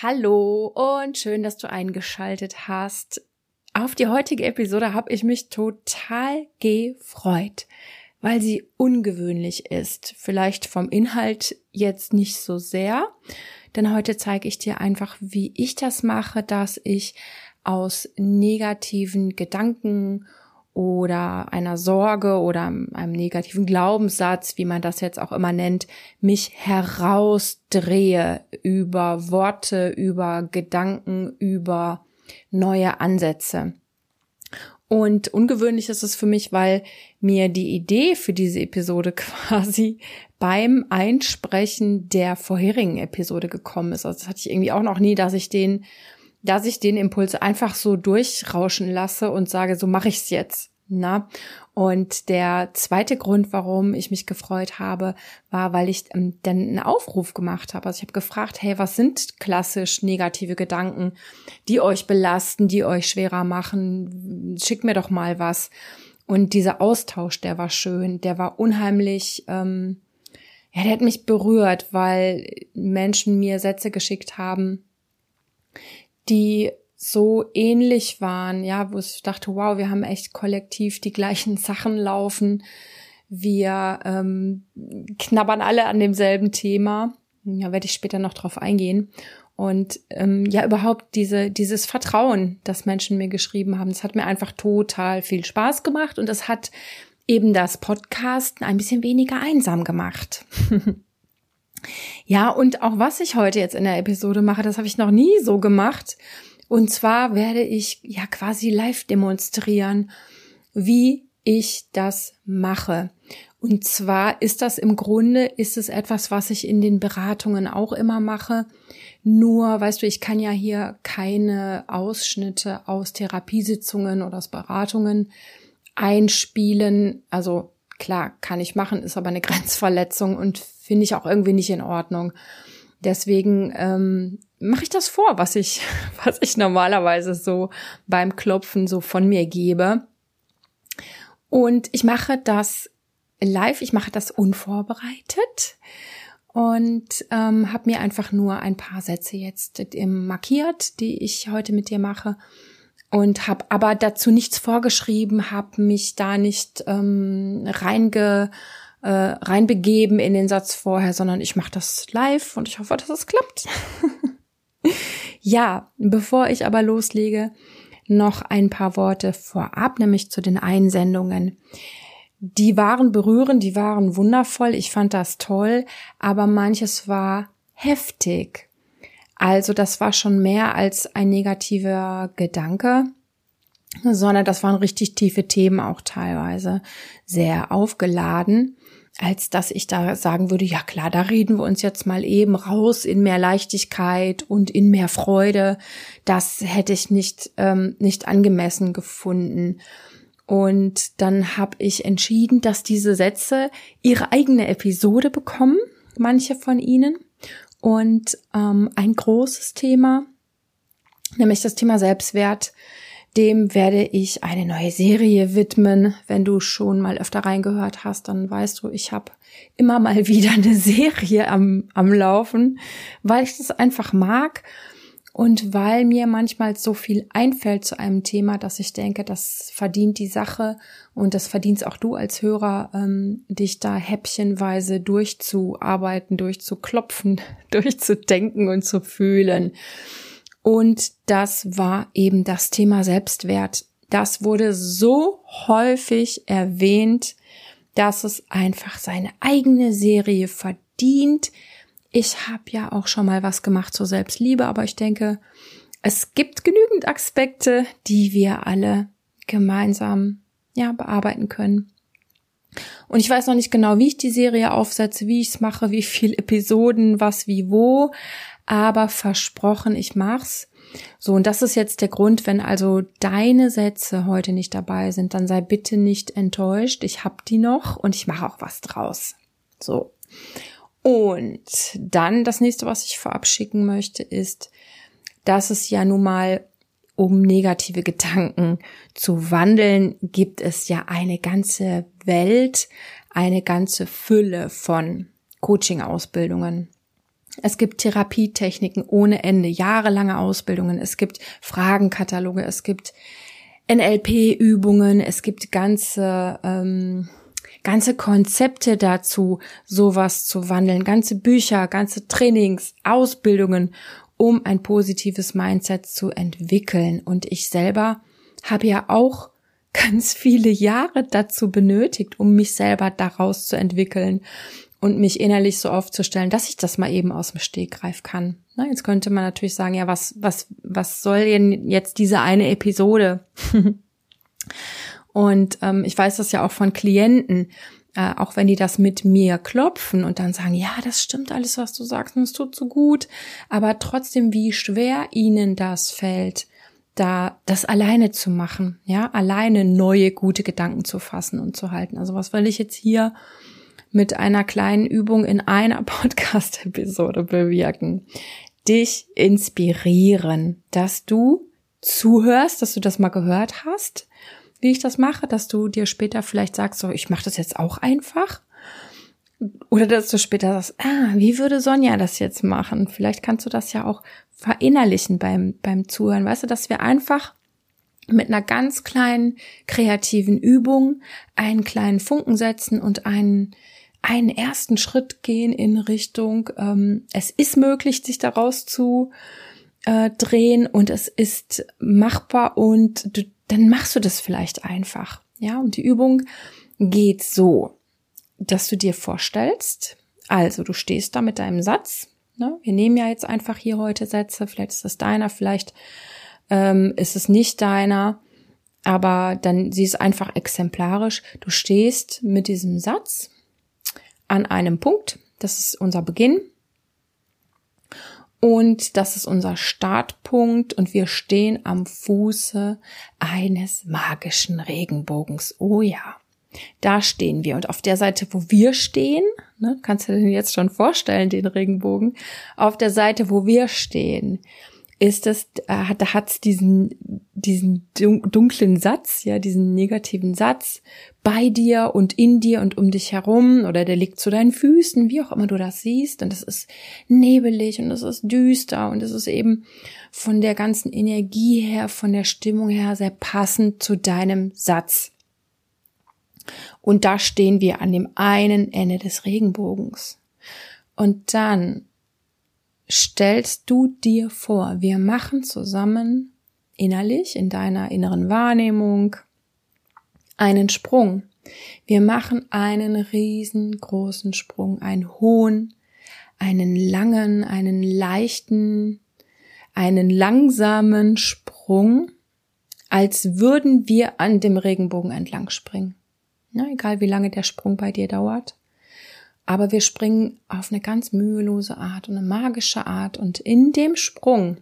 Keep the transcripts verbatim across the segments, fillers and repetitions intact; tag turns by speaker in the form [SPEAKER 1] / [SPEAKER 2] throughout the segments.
[SPEAKER 1] Hallo und schön, dass du eingeschaltet hast. Auf die heutige Episode habe ich mich total gefreut, weil sie ungewöhnlich ist. Vielleicht vom Inhalt jetzt nicht so sehr, denn heute zeige ich dir einfach, wie ich das mache, dass ich aus negativen Gedanken oder einer Sorge oder einem negativen Glaubenssatz, wie man das jetzt auch immer nennt, mich herausdrehe über Worte, über Gedanken, über neue Ansätze. Und ungewöhnlich ist es für mich, weil mir die Idee für diese Episode quasi beim Einsprechen der vorherigen Episode gekommen ist. Also das hatte ich irgendwie auch noch nie, dass ich den dass ich den Impuls einfach so durchrauschen lasse und sage, so mache ich's jetzt. Na? Und der zweite Grund, warum ich mich gefreut habe, war, weil ich ähm, dann einen Aufruf gemacht habe. Also ich habe gefragt, hey, was sind klassisch negative Gedanken, die euch belasten, die euch schwerer machen? Schickt mir doch mal was. Und dieser Austausch, der war schön, der war unheimlich, ähm, ja, der hat mich berührt, weil Menschen mir Sätze geschickt haben, die so ähnlich waren, ja, wo ich dachte, wow, wir haben echt kollektiv die gleichen Sachen laufen, wir ähm, knabbern alle an demselben Thema, ja, werde ich später noch drauf eingehen. Und ähm, ja, überhaupt diese dieses Vertrauen, das Menschen mir geschrieben haben, das hat mir einfach total viel Spaß gemacht und das hat eben das Podcasten ein bisschen weniger einsam gemacht. Ja, und auch was ich heute jetzt in der Episode mache, das habe ich noch nie so gemacht. Und zwar werde ich ja quasi live demonstrieren, wie ich das mache. Und zwar ist das im Grunde, ist es etwas, was ich in den Beratungen auch immer mache. Nur, weißt du, ich kann ja hier keine Ausschnitte aus Therapiesitzungen oder aus Beratungen einspielen. Also klar, kann ich machen, ist aber eine Grenzverletzung und finde ich auch irgendwie nicht in Ordnung. Deswegen ähm, mache ich das vor, was ich, was ich normalerweise so beim Klopfen so von mir gebe. Und ich mache das live, ich mache das unvorbereitet und ähm, habe mir einfach nur ein paar Sätze jetzt markiert, die ich heute mit dir mache. Und habe aber dazu nichts vorgeschrieben, habe mich da nicht ähm, reinge, äh, reinbegeben in den Satz vorher, sondern ich mache das live und ich hoffe, dass es klappt. Ja, bevor ich aber loslege, noch ein paar Worte vorab, nämlich zu den Einsendungen. Die waren berührend, die waren wundervoll, ich fand das toll, aber manches war heftig. Also das war schon mehr als ein negativer Gedanke, sondern das waren richtig tiefe Themen auch teilweise, sehr aufgeladen, als dass ich da sagen würde, ja klar, da reden wir uns jetzt mal eben raus in mehr Leichtigkeit und in mehr Freude. Das hätte ich nicht ähm, nicht angemessen gefunden. Und dann habe ich entschieden, dass diese Sätze ihre eigene Episode bekommen, manche von ihnen. Und ähm, ein großes Thema, nämlich das Thema Selbstwert, dem werde ich eine neue Serie widmen. Wenn du schon mal öfter reingehört hast, dann weißt du, ich habe immer mal wieder eine Serie am, am Laufen, weil ich das einfach mag und weil mir manchmal so viel einfällt zu einem Thema, dass ich denke, das verdient die Sache und das verdienst auch du als Hörer, ähm, dich da häppchenweise durchzuarbeiten, durchzuklopfen, durchzudenken und zu fühlen. Und das war eben das Thema Selbstwert. Das wurde so häufig erwähnt, dass es einfach seine eigene Serie verdient. Ich habe ja auch schon mal was gemacht zur Selbstliebe, aber ich denke, es gibt genügend Aspekte, die wir alle gemeinsam ja bearbeiten können. Und ich weiß noch nicht genau, wie ich die Serie aufsetze, wie ich es mache, wie viele Episoden, was, wie, wo, aber versprochen, ich mach's. So, und das ist jetzt der Grund, wenn also deine Sätze heute nicht dabei sind, dann sei bitte nicht enttäuscht. Ich hab die noch und ich mache auch was draus. So. Und dann das nächste, was ich vorab schicken möchte, ist, dass es ja nun mal, um negative Gedanken zu wandeln, gibt es ja eine ganze Welt, eine ganze Fülle von Coaching-Ausbildungen. Es gibt Therapietechniken ohne Ende, jahrelange Ausbildungen, es gibt Fragenkataloge, es gibt N L P-Übungen, es gibt ganze ähm, ganze Konzepte dazu, sowas zu wandeln, ganze Bücher, ganze Trainings, Ausbildungen, um ein positives Mindset zu entwickeln. Und ich selber habe ja auch ganz viele Jahre dazu benötigt, um mich selber daraus zu entwickeln und mich innerlich so aufzustellen, dass ich das mal eben aus dem Stegreif kann. Na, jetzt könnte man natürlich sagen, ja, was, was, was soll denn jetzt diese eine Episode? Und ähm, ich weiß das ja auch von Klienten, äh, auch wenn die das mit mir klopfen und dann sagen, ja, das stimmt alles, was du sagst, und es tut so gut, aber trotzdem, wie schwer ihnen das fällt, da das alleine zu machen, ja, alleine neue, gute Gedanken zu fassen und zu halten. Also was will ich jetzt hier mit einer kleinen Übung in einer Podcast-Episode bewirken? Dich inspirieren, dass du zuhörst, dass du das mal gehört hast, wie ich das mache, dass du dir später vielleicht sagst, so, ich mache das jetzt auch einfach. Oder dass du später sagst, ah, wie würde Sonja das jetzt machen? Vielleicht kannst du das ja auch verinnerlichen beim, beim Zuhören. Weißt du, dass wir einfach mit einer ganz kleinen kreativen Übung einen kleinen Funken setzen und einen, einen ersten Schritt gehen in Richtung, ähm, es ist möglich, sich daraus zu äh, drehen und es ist machbar und du, dann machst du das vielleicht einfach. Ja, und die Übung geht so, dass du dir vorstellst, also du stehst da mit deinem Satz, ne? Wir nehmen ja jetzt einfach hier heute Sätze, vielleicht ist es deiner, vielleicht ähm, ist es nicht deiner, aber dann sieh es einfach exemplarisch. Du stehst mit diesem Satz an einem Punkt, das ist unser Beginn und das ist unser Startpunkt und wir stehen am Fuße eines magischen Regenbogens. Oh ja. Da stehen wir und auf der Seite, wo wir stehen, ne, kannst du dir jetzt schon vorstellen, den Regenbogen, auf der Seite, wo wir stehen, ist es, äh, da hat's diesen, diesen dunklen Satz, ja, diesen negativen Satz bei dir und in dir und um dich herum oder der liegt zu deinen Füßen, wie auch immer du das siehst und es ist nebelig und es ist düster und es ist eben von der ganzen Energie her, von der Stimmung her sehr passend zu deinem Satz. Und da stehen wir an dem einen Ende des Regenbogens. Und dann stellst du dir vor, wir machen zusammen innerlich in deiner inneren Wahrnehmung einen Sprung. Wir machen einen riesengroßen Sprung, einen hohen, einen langen, einen leichten, einen langsamen Sprung, als würden wir an dem Regenbogen entlang springen. Ja, egal wie lange der Sprung bei dir dauert. Aber wir springen auf eine ganz mühelose Art und eine magische Art. Und in dem Sprung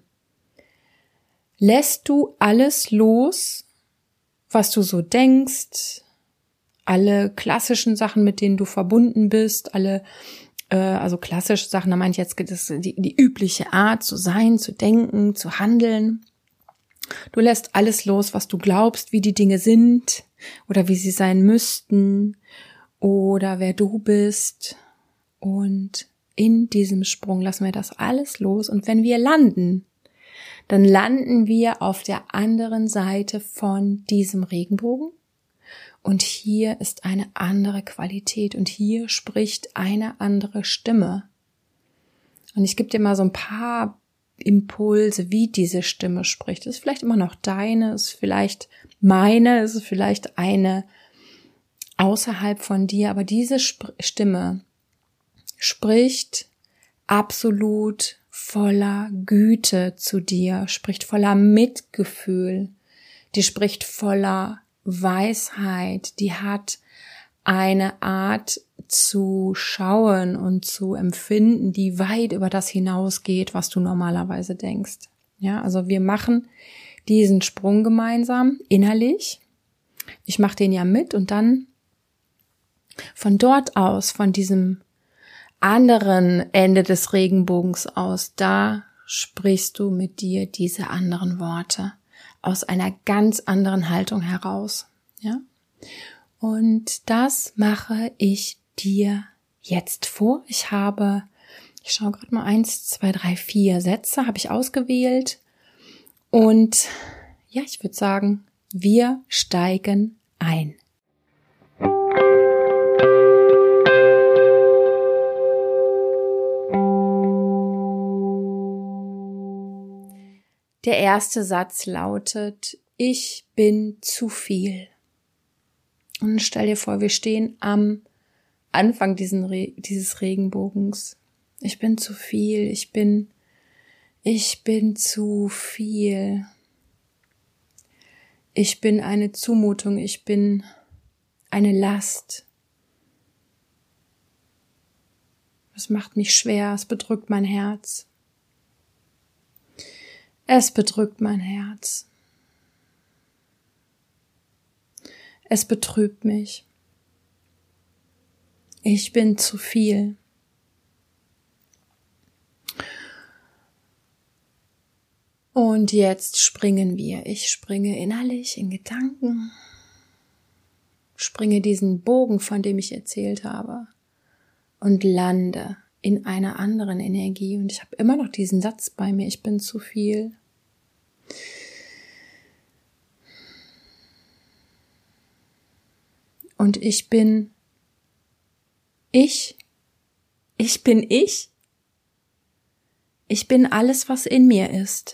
[SPEAKER 1] lässt du alles los, was du so denkst, alle klassischen Sachen, mit denen du verbunden bist, alle, äh, also klassische Sachen, da meine ich jetzt das, die, die übliche Art zu sein, zu denken, zu handeln. Du lässt alles los, was du glaubst, wie die Dinge sind oder wie sie sein müssten oder wer du bist. Und in diesem Sprung lassen wir das alles los. Und wenn wir landen, dann landen wir auf der anderen Seite von diesem Regenbogen. Und hier ist eine andere Qualität und hier spricht eine andere Stimme. Und ich gebe dir mal so ein paar Impulse, wie diese Stimme spricht. Ist vielleicht immer noch deine, ist vielleicht meine, ist vielleicht eine außerhalb von dir, aber diese Sp- Stimme spricht absolut voller Güte zu dir, spricht voller Mitgefühl, die spricht voller Weisheit, die hat eine Art zu schauen und zu empfinden, die weit über das hinausgeht, was du normalerweise denkst. Ja, also wir machen diesen Sprung gemeinsam innerlich. Ich mache den ja mit und dann von dort aus, von diesem anderen Ende des Regenbogens aus, da sprichst du mit dir diese anderen Worte aus einer ganz anderen Haltung heraus. Ja? Und das mache ich dir jetzt vor. Ich habe Ich schaue gerade mal, eins, zwei, drei, vier Sätze habe ich ausgewählt. Und ja, ich würde sagen, wir steigen ein. Der erste Satz lautet, ich bin zu viel. Und stell dir vor, wir stehen am Anfang diesen Re- dieses Regenbogens. Ich bin zu viel, ich bin, ich bin zu viel. Ich bin eine Zumutung, ich bin eine Last. Es macht mich schwer, es bedrückt mein Herz. Es bedrückt mein Herz. Es betrübt mich. Ich bin zu viel. Und jetzt springen wir. Ich springe innerlich in Gedanken, springe diesen Bogen, von dem ich erzählt habe, und lande in einer anderen Energie. Und ich habe immer noch diesen Satz bei mir, ich bin zu viel. Und ich bin ich. Ich bin ich. Ich bin alles, was in mir ist.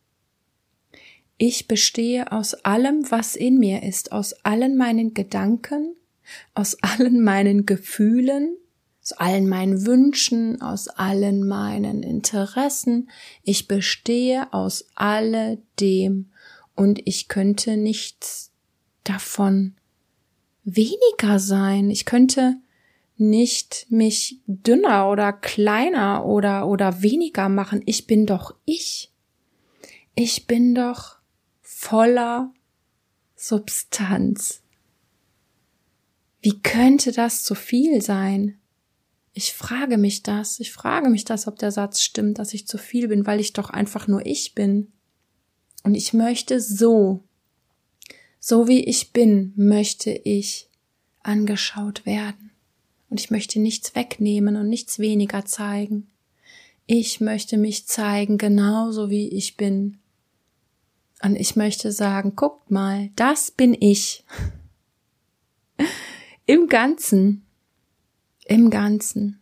[SPEAKER 1] Ich bestehe aus allem, was in mir ist, aus allen meinen Gedanken, aus allen meinen Gefühlen, aus allen meinen Wünschen, aus allen meinen Interessen. Ich bestehe aus alledem und ich könnte nichts davon weniger sein. Ich könnte nicht mich dünner oder kleiner oder oder weniger machen. Ich bin doch ich. Ich bin doch voller Substanz. Wie könnte das zu viel sein? Ich frage mich das. Ich frage mich das, ob der Satz stimmt, dass ich zu viel bin, weil ich doch einfach nur ich bin. Und ich möchte so, so wie ich bin, möchte ich angeschaut werden. Und ich möchte nichts wegnehmen und nichts weniger zeigen. Ich möchte mich zeigen, genauso wie ich bin. Und ich möchte sagen, guckt mal, das bin ich. Im Ganzen. Im Ganzen.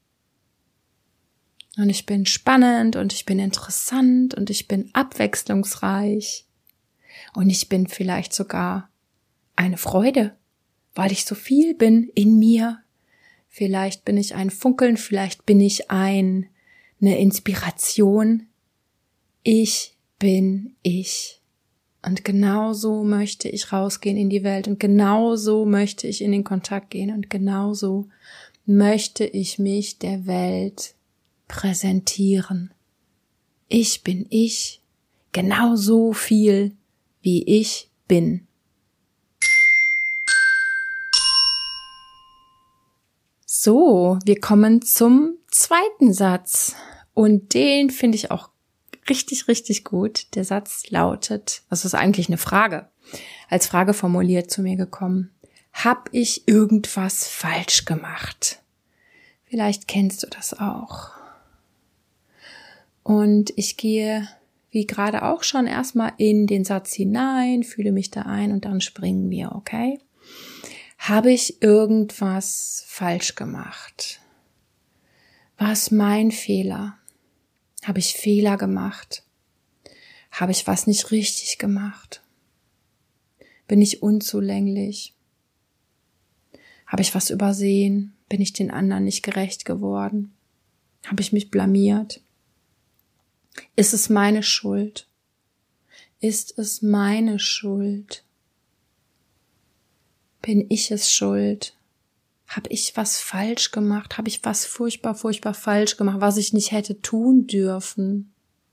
[SPEAKER 1] Und ich bin spannend und ich bin interessant und ich bin abwechslungsreich. Und ich bin vielleicht sogar eine Freude, weil ich so viel bin in mir. Vielleicht bin ich ein Funkeln, vielleicht bin ich ein, eine Inspiration. Ich bin ich. Und genau so möchte ich rausgehen in die Welt und genau so möchte ich in den Kontakt gehen und genau so möchte ich mich der Welt präsentieren. Ich bin ich, genauso viel, wie ich bin. So, wir kommen zum zweiten Satz und den finde ich auch richtig, richtig gut. Der Satz lautet, das ist eigentlich eine Frage, als Frage formuliert zu mir gekommen. Hab ich irgendwas falsch gemacht? Vielleicht kennst du das auch. Und ich gehe, wie gerade auch schon, erstmal in den Satz hinein, fühle mich da ein und dann springen wir, okay? Habe ich irgendwas falsch gemacht? War es mein Fehler? Habe ich Fehler gemacht? Habe ich was nicht richtig gemacht? Bin ich unzulänglich? Habe ich was übersehen? Bin ich den anderen nicht gerecht geworden? Habe ich mich blamiert? Ist es meine Schuld? Ist es meine Schuld? Bin ich es schuld? Habe ich was falsch gemacht? Habe ich was furchtbar, furchtbar falsch gemacht, was ich nicht hätte tun dürfen?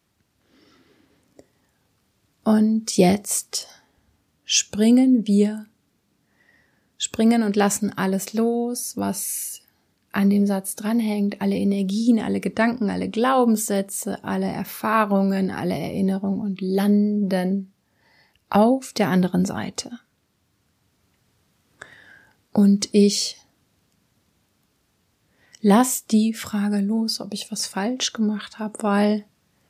[SPEAKER 1] Und jetzt springen wir, springen und lassen alles los, was an dem Satz dranhängt, alle Energien, alle Gedanken, alle Glaubenssätze, alle Erfahrungen, alle Erinnerungen und landen auf der anderen Seite. Und ich Lass die Frage los, ob ich was falsch gemacht habe, weil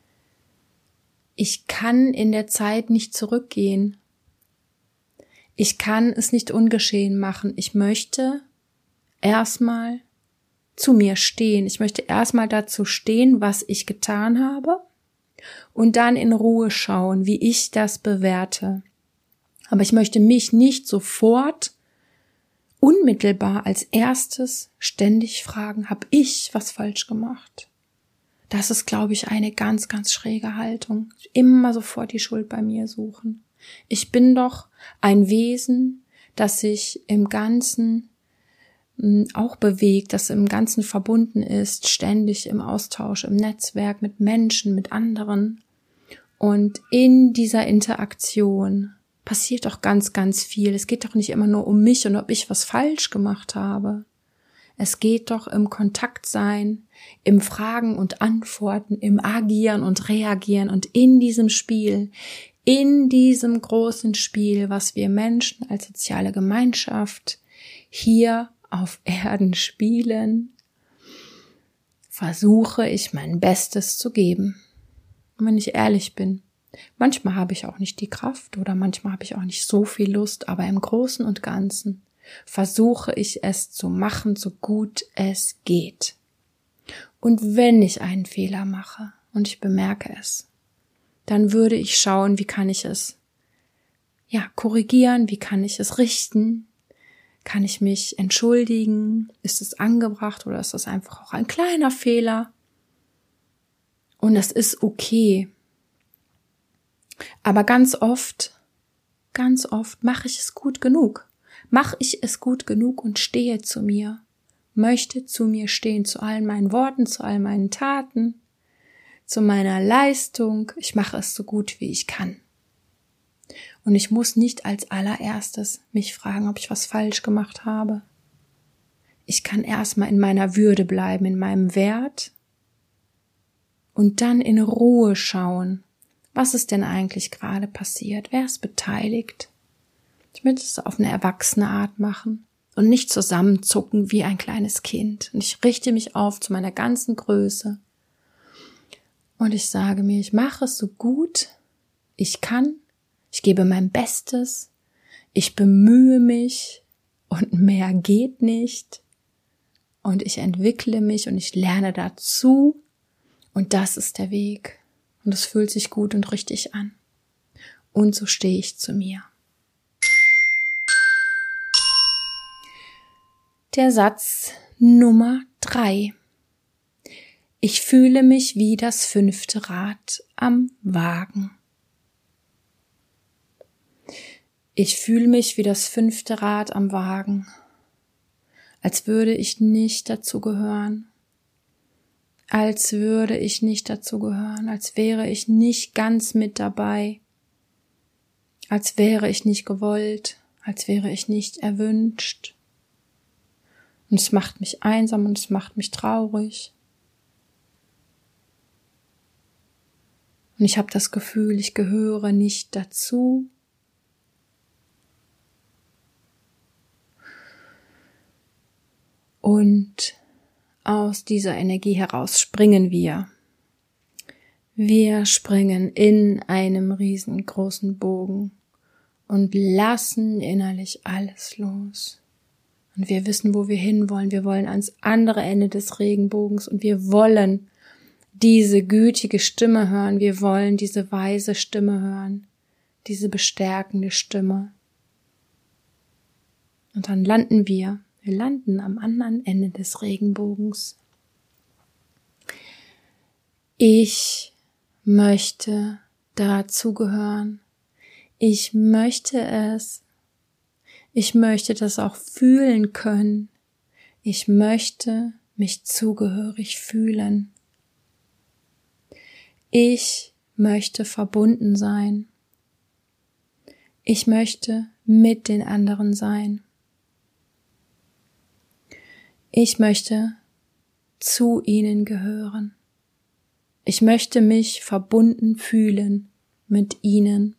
[SPEAKER 1] ich kann in der Zeit nicht zurückgehen. Ich kann es nicht ungeschehen machen. Ich möchte erstmal zu mir stehen. Ich möchte erstmal dazu stehen, was ich getan habe und dann in Ruhe schauen, wie ich das bewerte. Aber ich möchte mich nicht sofort unmittelbar als erstes ständig fragen, habe ich was falsch gemacht? Das ist, glaube ich, eine ganz, ganz schräge Haltung. Immer sofort die Schuld bei mir suchen. Ich bin doch ein Wesen, das sich im Ganzen auch bewegt, das im Ganzen verbunden ist, ständig im Austausch, im Netzwerk mit Menschen, mit anderen. Und in dieser Interaktion passiert doch ganz, ganz viel. Es geht doch nicht immer nur um mich und ob ich was falsch gemacht habe. Es geht doch im Kontaktsein, im Fragen und Antworten, im Agieren und Reagieren und in diesem Spiel, in diesem großen Spiel, was wir Menschen als soziale Gemeinschaft hier auf Erden spielen, versuche ich mein Bestes zu geben. Und wenn ich ehrlich bin, manchmal habe ich auch nicht die Kraft oder manchmal habe ich auch nicht so viel Lust, aber im Großen und Ganzen versuche ich es zu machen, so gut es geht. Und wenn ich einen Fehler mache und ich bemerke es, dann würde ich schauen, wie kann ich es ja korrigieren, wie kann ich es richten, kann ich mich entschuldigen, ist es angebracht oder ist das einfach auch ein kleiner Fehler? Und das ist okay. Aber ganz oft, ganz oft mache ich es gut genug. Mache ich es gut genug und stehe zu mir, möchte zu mir stehen, zu allen meinen Worten, zu all meinen Taten, zu meiner Leistung. Ich mache es so gut, wie ich kann. Und ich muss nicht als allererstes mich fragen, ob ich was falsch gemacht habe. Ich kann erstmal in meiner Würde bleiben, in meinem Wert und dann in Ruhe schauen, was ist denn eigentlich gerade passiert, wer ist beteiligt. Ich möchte es auf eine erwachsene Art machen und nicht zusammenzucken wie ein kleines Kind. Und ich richte mich auf zu meiner ganzen Größe. Und ich sage mir, ich mache es so gut ich kann. Ich gebe mein Bestes. Ich bemühe mich und mehr geht nicht. Und ich entwickle mich und ich lerne dazu. Und das ist der Weg. Und es fühlt sich gut und richtig an. Und so stehe ich zu mir. Der Satz Nummer drei. Ich fühle mich wie das fünfte Rad am Wagen. Ich fühle mich wie das fünfte Rad am Wagen, als würde ich nicht dazugehören, als würde ich nicht dazugehören, als wäre ich nicht ganz mit dabei, als wäre ich nicht gewollt, als wäre ich nicht erwünscht. Und es macht mich einsam und es macht mich traurig. Und ich habe das Gefühl, ich gehöre nicht dazu. Und aus dieser Energie heraus springen wir. Wir springen in einem riesengroßen Bogen und lassen innerlich alles los. Und wir wissen, wo wir hinwollen. Wir wollen ans andere Ende des Regenbogens und wir wollen diese gütige Stimme hören. Wir wollen diese weise Stimme hören, diese bestärkende Stimme. Und dann landen wir. Wir landen am anderen Ende des Regenbogens. Ich möchte dazugehören. Ich möchte es. Ich möchte das auch fühlen können. Ich möchte mich zugehörig fühlen. Ich möchte verbunden sein. Ich möchte mit den anderen sein. Ich möchte zu ihnen gehören. Ich möchte mich verbunden fühlen mit ihnen.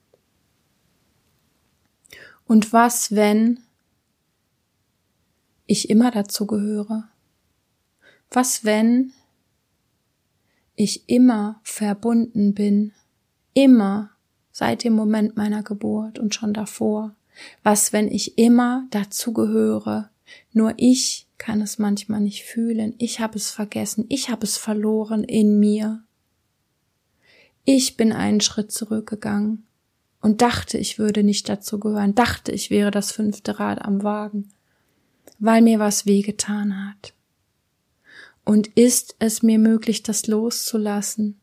[SPEAKER 1] Und was, wenn ich immer dazu gehöre? Was, wenn ich immer verbunden bin, immer seit dem Moment meiner Geburt und schon davor? Was, wenn ich immer dazu gehöre? Nur ich kann es manchmal nicht fühlen. Ich habe es vergessen. Ich habe es verloren in mir. Ich bin einen Schritt zurückgegangen und dachte, ich würde nicht dazu gehören, dachte, ich wäre das fünfte Rad am Wagen, weil mir was wehgetan hat. Und ist es mir möglich, das loszulassen?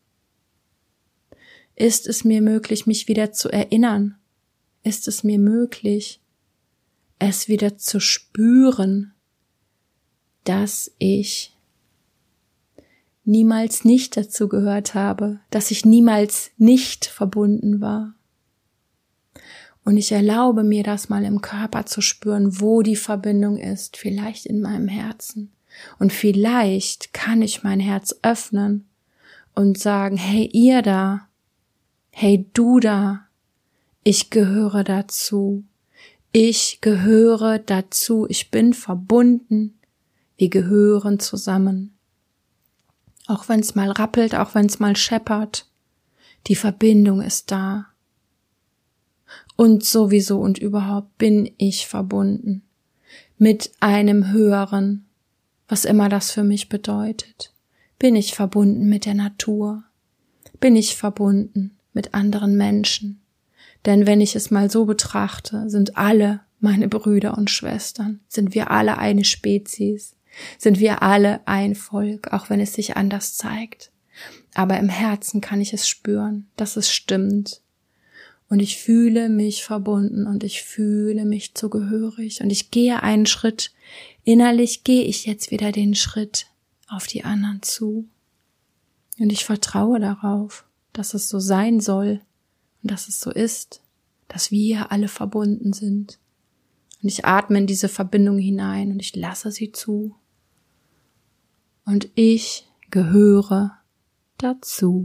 [SPEAKER 1] Ist es mir möglich, mich wieder zu erinnern? Ist es mir möglich, es wieder zu spüren, dass ich niemals nicht dazu gehört habe, dass ich niemals nicht verbunden war? Und ich erlaube mir das mal im Körper zu spüren, wo die Verbindung ist, vielleicht in meinem Herzen. Und vielleicht kann ich mein Herz öffnen und sagen, hey ihr da, hey du da, ich gehöre dazu, ich gehöre dazu, ich bin verbunden, wir gehören zusammen. Auch wenn es mal rappelt, auch wenn es mal scheppert, die Verbindung ist da. Und sowieso und überhaupt bin ich verbunden mit einem Höheren, was immer das für mich bedeutet. Bin ich verbunden mit der Natur? Bin ich verbunden mit anderen Menschen? Denn wenn ich es mal so betrachte, sind alle meine Brüder und Schwestern, sind wir alle eine Spezies, sind wir alle ein Volk, auch wenn es sich anders zeigt. Aber im Herzen kann ich es spüren, dass es stimmt. Und ich fühle mich verbunden und ich fühle mich zugehörig und ich gehe einen Schritt, innerlich gehe ich jetzt wieder den Schritt auf die anderen zu. Und ich vertraue darauf, dass es so sein soll und dass es so ist, dass wir alle verbunden sind. Und ich atme in diese Verbindung hinein und ich lasse sie zu. Und ich gehöre dazu.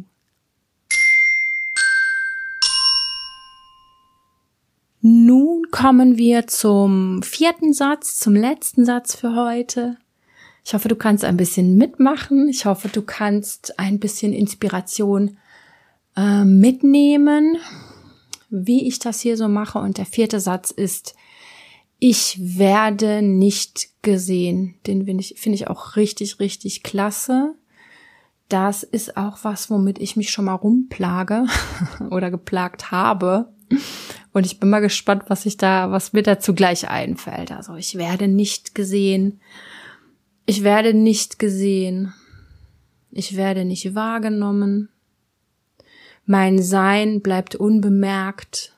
[SPEAKER 1] Nun kommen wir zum vierten Satz, zum letzten Satz für heute. Ich hoffe, du kannst ein bisschen mitmachen. Ich hoffe, du kannst ein bisschen Inspiration äh, mitnehmen, wie ich das hier so mache. Und der vierte Satz ist, ich werde nicht gesehen. Den finde ich, finde ich auch richtig, richtig klasse. Das ist auch was, womit ich mich schon mal rumplage oder geplagt habe. Und ich bin mal gespannt, was ich da, was mir dazu gleich einfällt. Also ich werde nicht gesehen. Ich werde nicht gesehen. Ich werde nicht wahrgenommen. Mein Sein bleibt unbemerkt.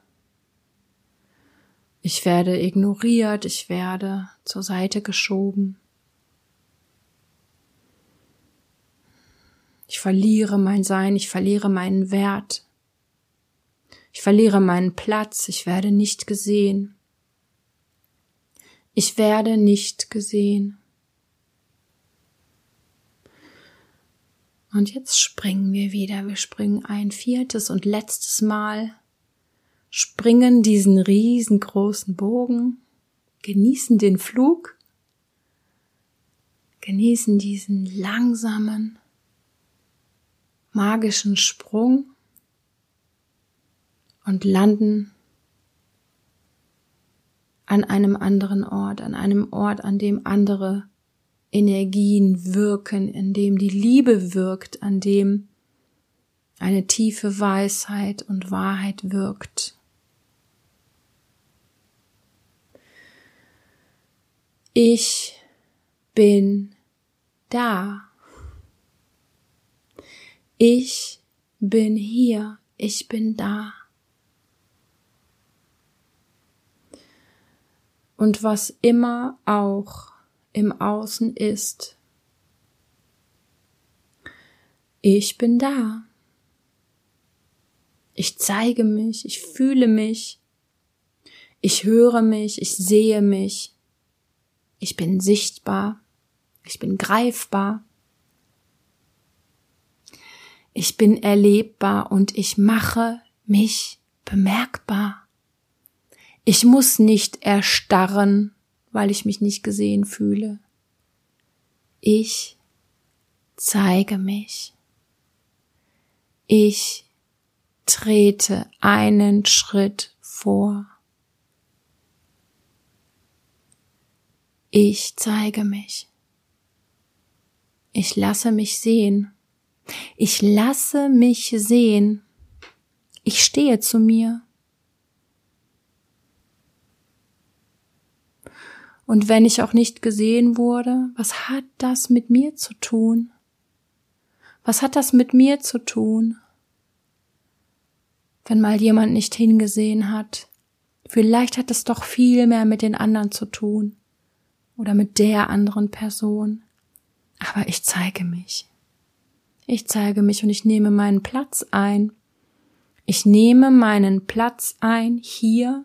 [SPEAKER 1] Ich werde ignoriert. Ich werde zur Seite geschoben. Ich verliere mein Sein. Ich verliere meinen Wert. Ich verliere meinen Platz, ich werde nicht gesehen. Ich werde nicht gesehen. Und jetzt springen wir wieder. Wir springen ein viertes und letztes Mal, springen diesen riesengroßen Bogen, genießen den Flug, genießen diesen langsamen, magischen Sprung. Und landen an einem anderen Ort, an einem Ort, an dem andere Energien wirken, in dem die Liebe wirkt, an dem eine tiefe Weisheit und Wahrheit wirkt. Ich bin da. Ich bin hier. Ich bin da. Und was immer auch im Außen ist, ich bin da. Ich zeige mich, ich fühle mich, ich höre mich, ich sehe mich, ich bin sichtbar, ich bin greifbar, ich bin erlebbar und ich mache mich bemerkbar. Ich muss nicht erstarren, weil ich mich nicht gesehen fühle. Ich zeige mich. Ich trete einen Schritt vor. Ich zeige mich. Ich lasse mich sehen. Ich lasse mich sehen. Ich stehe zu mir. Und wenn ich auch nicht gesehen wurde, was hat das mit mir zu tun? Was hat das mit mir zu tun? Wenn mal jemand nicht hingesehen hat, vielleicht hat es doch viel mehr mit den anderen zu tun oder mit der anderen Person. Aber ich zeige mich. Ich zeige mich und ich nehme meinen Platz ein. Ich nehme meinen Platz ein hier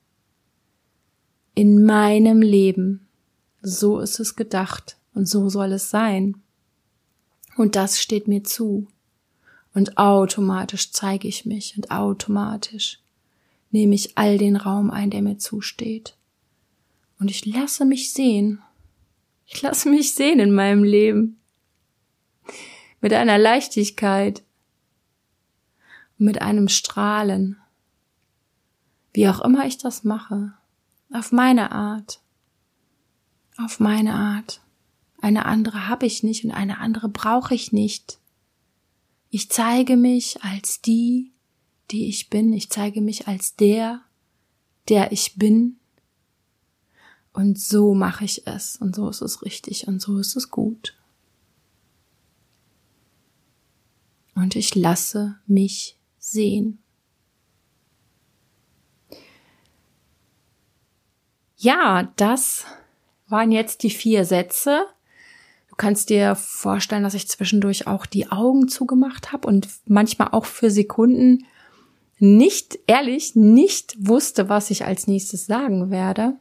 [SPEAKER 1] in meinem Leben. So ist es gedacht und so soll es sein. Und das steht mir zu. Und automatisch zeige ich mich und automatisch nehme ich all den Raum ein, der mir zusteht. Und ich lasse mich sehen. Ich lasse mich sehen in meinem Leben. Mit einer Leichtigkeit. Und mit einem Strahlen. Wie auch immer ich das mache. Auf meine Art. Auf meine Art. Eine andere habe ich nicht und eine andere brauche ich nicht. Ich zeige mich als die, die ich bin. Ich zeige mich als der, der ich bin. Und so mache ich es. Und so ist es richtig. Und so ist es gut. Und ich lasse mich sehen. Ja, das waren jetzt die vier Sätze. Du kannst dir vorstellen, dass ich zwischendurch auch die Augen zugemacht habe und manchmal auch für Sekunden nicht, ehrlich, nicht wusste, was ich als nächstes sagen werde.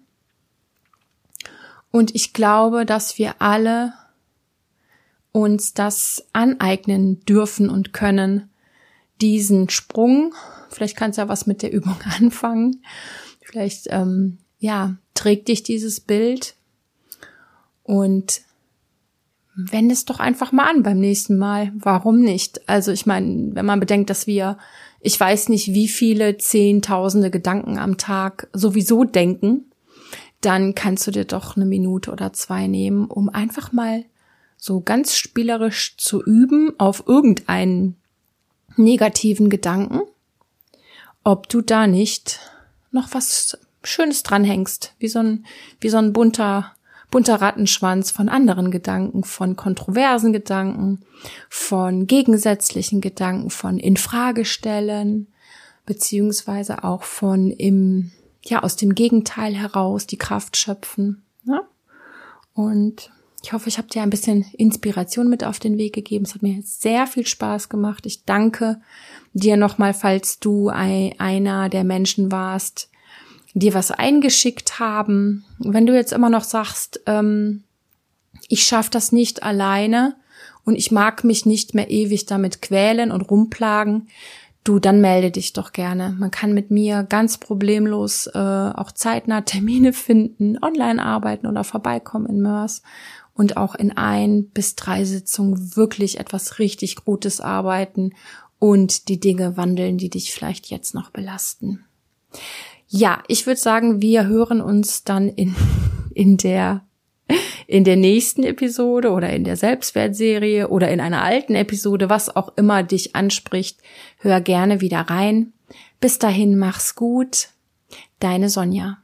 [SPEAKER 1] Und ich glaube, dass wir alle uns das aneignen dürfen und können, diesen Sprung. Vielleicht kannst du ja was mit der Übung anfangen. Vielleicht, ähm, ja, trägt dich dieses Bild und wende es doch einfach mal an beim nächsten Mal. Warum nicht? Also ich meine, wenn man bedenkt, dass wir, ich weiß nicht, wie viele Zehntausende Gedanken am Tag sowieso denken, dann kannst du dir doch eine Minute oder zwei nehmen, um einfach mal so ganz spielerisch zu üben auf irgendeinen negativen Gedanken, ob du da nicht noch was Schönes dranhängst, wie so ein, wie so ein bunter bunter Rattenschwanz von anderen Gedanken, von kontroversen Gedanken, von gegensätzlichen Gedanken, von Infragestellen, beziehungsweise auch von im, ja, aus dem Gegenteil heraus die Kraft schöpfen. Ne? Und ich hoffe, ich habe dir ein bisschen Inspiration mit auf den Weg gegeben. Es hat mir jetzt sehr viel Spaß gemacht. Ich danke dir nochmal, falls du ein, einer der Menschen warst, dir was eingeschickt haben. Wenn du jetzt immer noch sagst, ähm, ich schaffe das nicht alleine und ich mag mich nicht mehr ewig damit quälen und rumplagen, du, dann melde dich doch gerne. Man kann mit mir ganz problemlos äh, auch zeitnah Termine finden, online arbeiten oder vorbeikommen in Mörs und auch in ein bis drei Sitzungen wirklich etwas richtig Gutes arbeiten und die Dinge wandeln, die dich vielleicht jetzt noch belasten. Ja, ich würde sagen, wir hören uns dann in, in der, in der nächsten Episode oder in der Selbstwertserie oder in einer alten Episode, was auch immer dich anspricht. Hör gerne wieder rein. Bis dahin, mach's gut. Deine Sonja.